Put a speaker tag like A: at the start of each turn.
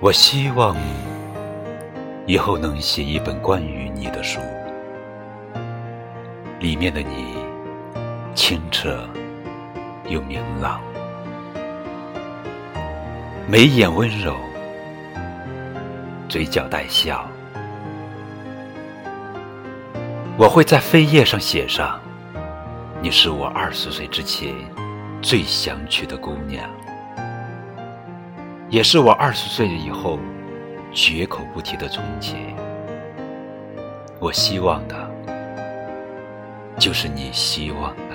A: 我希望以后能写一本关于你的书，里面的你清澈又明朗，眉眼温柔，嘴角带笑。我会在扉页上写上，你是我20岁之前最想娶的姑娘，也是我20岁以后绝口不提的从前。我希望的就是你希望的。